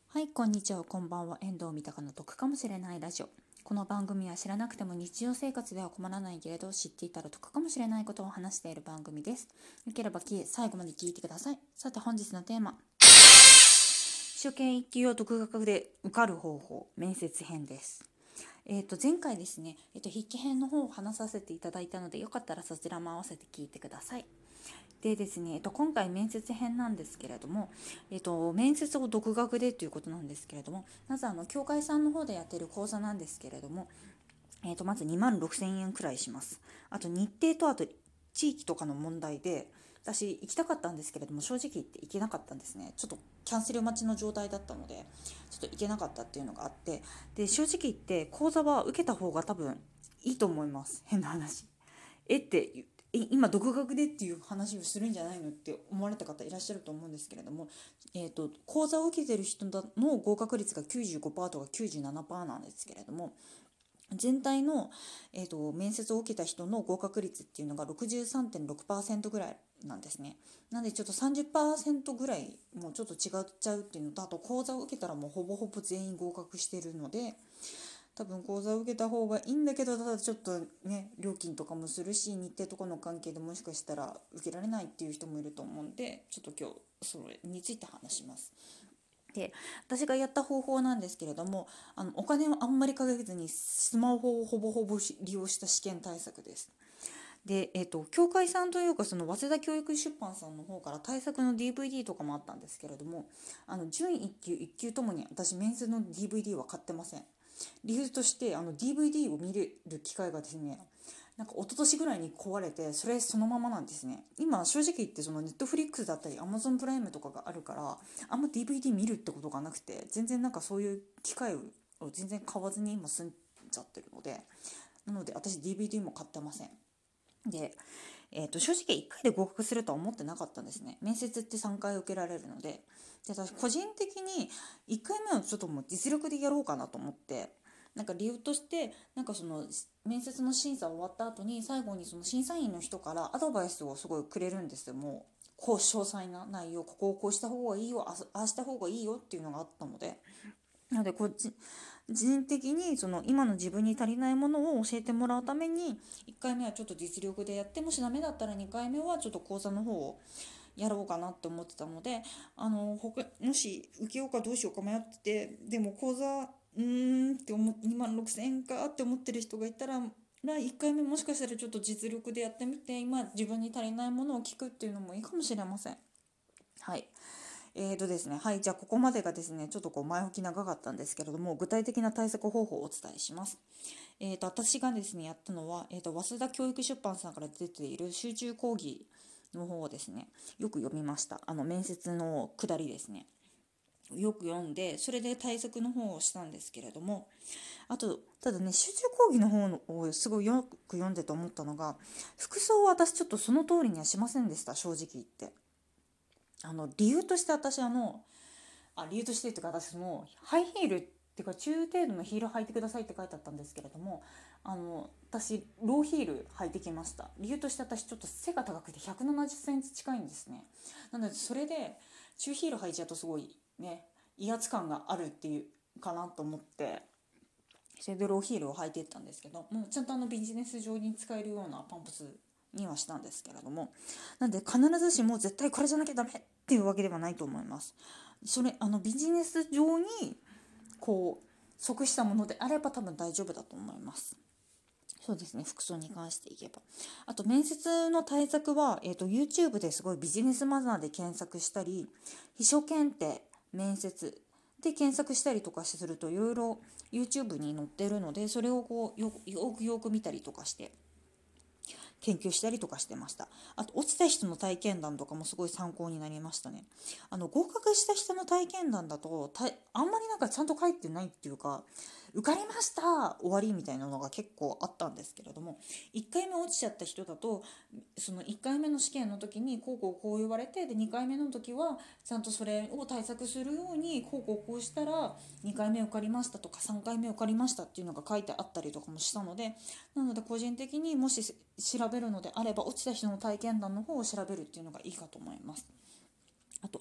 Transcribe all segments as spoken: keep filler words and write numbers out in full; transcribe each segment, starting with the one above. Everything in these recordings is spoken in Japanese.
はい、こんにちは、こんばんは。遠藤三鷹の得かもしれないラジオ。この番組は知らなくても日常生活では困らないけれど、知っていたら得かもしれないことを話している番組です。よければ最後まで聞いてください。さて本日のテーマ、初見一級を独学で受かる方法、面接編です。えー、と前回ですね、えー、と筆記編の方を話させていただいたので、よかったらそちらも合わせて聞いてください。でですね、えっと、今回面接編なんですけれども、えっと、面接を独学でということなんですけれども、まずあの協会さんの方でやっている講座なんですけれども、えっと、まずにまんろくせんえんくらいします。あと日程と、あと地域とかの問題で、私行きたかったんですけれども、正直言って行けなかったんですね。ちょっとキャンセル待ちの状態だったので、ちょっと行けなかったっていうのがあって、で正直言って講座は受けた方が多分いいと思います。変な話。えって今独学でっていう話をするんじゃないのって思われた方いらっしゃると思うんですけれども、えーと、講座を受けてる人の合格率が きゅうじゅうごパーセント とか きゅうじゅうななパーセント なんですけれども、全体の、えーと、面接を受けた人の合格率っていうのが ろくじゅうさんてんろくパーセント ぐらいなんですね。なのでちょっと さんじゅっパーセント ぐらいもうちょっと違っちゃうっていうのと、あと講座を受けたらもうほぼほぼ全員合格してるので、多分講座を受けた方がいいんだけど、ただちょっとね料金とかもするし、日程とかの関係でもしかしたら受けられないっていう人もいると思うんで、ちょっと今日それについて話します。で、私がやった方法なんですけれども、あのお金をあんまりかけずにスマホをほぼほぼ利用した試験対策です。で、えっと、協会さんというかその早稲田教育出版さんの方から対策の ディーブイディー とかもあったんですけれども、あの準いっ級いっ級ともに私面接の ディーブイディー は買ってません。理由として、あの ディーブイディー を見れる機会がですね、なんか一昨年ぐらいに壊れて、それそのままなんですね。今正直言って、そのネットフリックスだったり Amazon プライムとかがあるから、あんま ディーブイディー 見るってことがなくて、全然なんかそういう機会を全然買わずに今住んじゃってるので、なので私 ディーブイディー も買ってません。で、えー、と正直いっかいで合格するとは思ってなかったんですね。面接ってさんかい受けられるので。で、私個人的にいっかいめはちょっともう実力でやろうかなと思って、なんか理由として、なんかその面接の審査終わった後に最後にその審査員の人からアドバイスをすごいくれるんですよ。もうこう詳細な内容、ここをこうした方がいいよ、ああした方がいいよっていうのがあったので、なのでこっち人的にその今の自分に足りないものを教えてもらうために、いっかいめはちょっと実力でやって、もしダメだったらにかいめはちょっと講座の方をやろうかなって思ってたので、あの他もし受けようかどうしようか迷ってて、でも講座うーんって思にまんろくせんえんかって思ってる人がいたら、いっかいめもしかしたらちょっと実力でやってみて、今自分に足りないものを聞くっていうのもいいかもしれません。はい。えーとですね、はい、じゃあここまでがですね、ちょっとこう前置き長かったんですけれども、具体的な対策方法をお伝えします。えーと、私がですね、やったのは、えーと、早稲田教育出版さんから出ている集中講義の方をですね、よく読みました。あの、面接の下りですね。よく読んで、それで対策の方をしたんですけれども、あと、ただね、集中講義の方をすごいよく読んでと思ったのが、服装は私ちょっとその通りにはしませんでした、正直言って。あの、理由として私、あの、あ理由としてっていうか、私もハイヒールっていうか中程度のヒール履いてくださいって書いてあったんですけれども、あの私ローヒール履いてきました。理由として、私ちょっと背が高くてひゃくななじゅっセンチ近いんですね。なのでそれで中ヒール履いちゃうとすごいね威圧感があるっていうかなと思って、それでローヒールを履いていったんですけど、もうちゃんとあのビジネス上に使えるようなパンプスにはしたんですけれども、なんで必ずしも絶対これじゃなきゃダメっていうわけではないと思います。それあのビジネス上にこう即したものであれば多分大丈夫だと思います。そうですね、服装に関していけば。あと面接の対策は、えーと、YouTube ですごいビジネスマナーで検索したり、秘書検定面接で検索したりとかすると、いろいろ YouTube に載ってるので、それをこうよよくよく見たりとかして研究したりとかしてました。あと落ちた人の体験談とかもすごい参考になりましたね。あの合格した人の体験談だとたあんまりなんかちゃんと書いてないっていうか、受かりました終わりみたいなのが結構あったんですけれども、いっかいめ落ちちゃった人だと、そのいっかいめの試験の時にこうこうこう言われて、でにかいめの時はちゃんとそれを対策するようにこうこうこうしたらにかいめ受かりましたとかさんかいめ受かりましたっていうのが書いてあったりとかもしたので、なので個人的にもし調べるのであれば、落ちた人の体験談の方を調べるっていうのがいいかと思います。あと、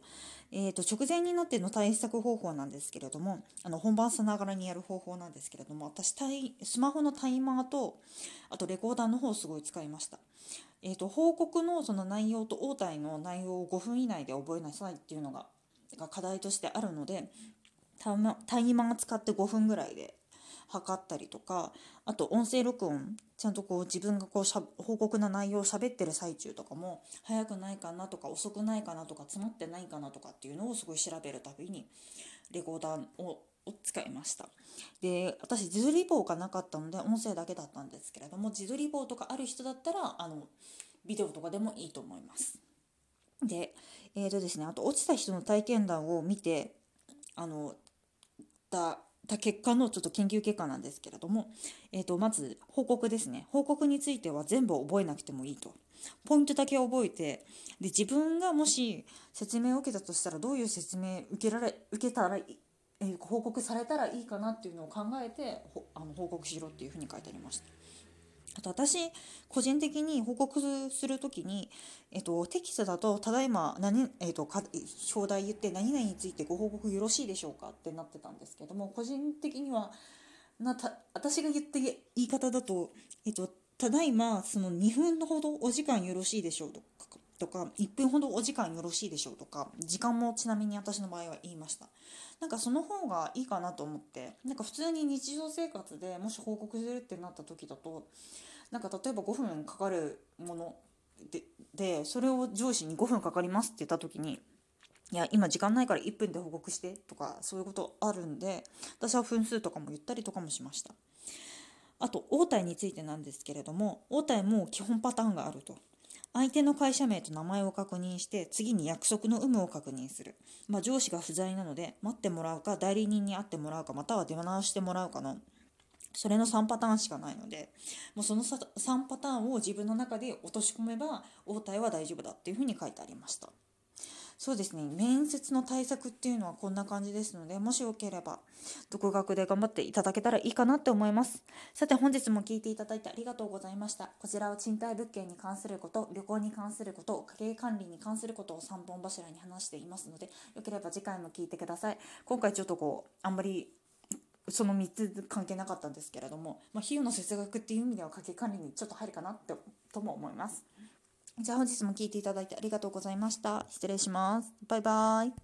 えー、と直前になっての対策方法なんですけれども、あの本番さながらにやる方法なんですけれども、私タイスマホのタイマーとあとレコーダーの方をすごい使いました。えー、と報告のその内容と応対の内容をごふん以内で覚えなさいっていうのがが課題としてあるので、タイマタイマー使ってごふんぐらいで測ったりとか、あと音声録音ちゃんとこう自分がこうしゃ報告の内容を喋ってる最中とかも早くないかなとか遅くないかなとか詰まってないかなとかっていうのをすごい調べるたびにレコーダーをを使いました。で、私自撮り棒がなかったので音声だけだったんですけれども、自撮り棒とかある人だったらあのビデオとかでもいいと思います。で、えーとですね、あと落ちた人の体験談を見てあのたた結果のちょっと研究結果なんですけれども、えー、とまず報告ですね。報告については全部覚えなくてもいいと。ポイントだけ覚えて、で自分がもし説明を受けたとしたらどういう説明受けられ受けたらいい、えー報告されたらいいかなっていうのを考えてほあの報告しろっていうふうに書いてありました。あと私個人的に報告するときに、えっと、テキストだとただいま何、えっと、か表題言って何々についてご報告よろしいでしょうかってなってたんですけども、個人的にはなた私が言って言い方だと、えっと、ただいまそのにふんほどお時間よろしいでしょうとかとかいっぷんほどお時間よろしいでしょうとか、時間もちなみに私の場合は言いました。なんかその方がいいかなと思って、なんか普通に日常生活でもし報告するってなった時だと、なんか例えばごふんかかるもので、でそれを上司にごふんかかりますって言った時に、いや今時間ないからいっぷんで報告してとかそういうことあるんで、私は分数とかも言ったりとかもしました。あと応対についてなんですけれども、応対も基本パターンがあると。相手の会社名と名前を確認して次に約束の有無を確認する。まあ、上司が不在なので待ってもらうか代理人に会ってもらうかまたは出直してもらうかのそれのさんパターンしかないので、もうそのさんパターンを自分の中で落とし込めば応対は大丈夫だっていうふうに書いてありました。そうですね、面接の対策っていうのはこんな感じですので、もしよければ独学で頑張っていただけたらいいかなって思います。さて本日も聞いていただいてありがとうございました。こちらは賃貸物件に関すること、旅行に関すること、家計管理に関することをさんぼん柱に話していますので、よければ次回も聞いてください。今回ちょっとこうあんまりそのみっつ関係なかったんですけれども、まあ、費用の節約っていう意味では家計管理にちょっと入るかなってとも思います。じゃあ本日も聞いていただいてありがとうございました。失礼します。バイバイ。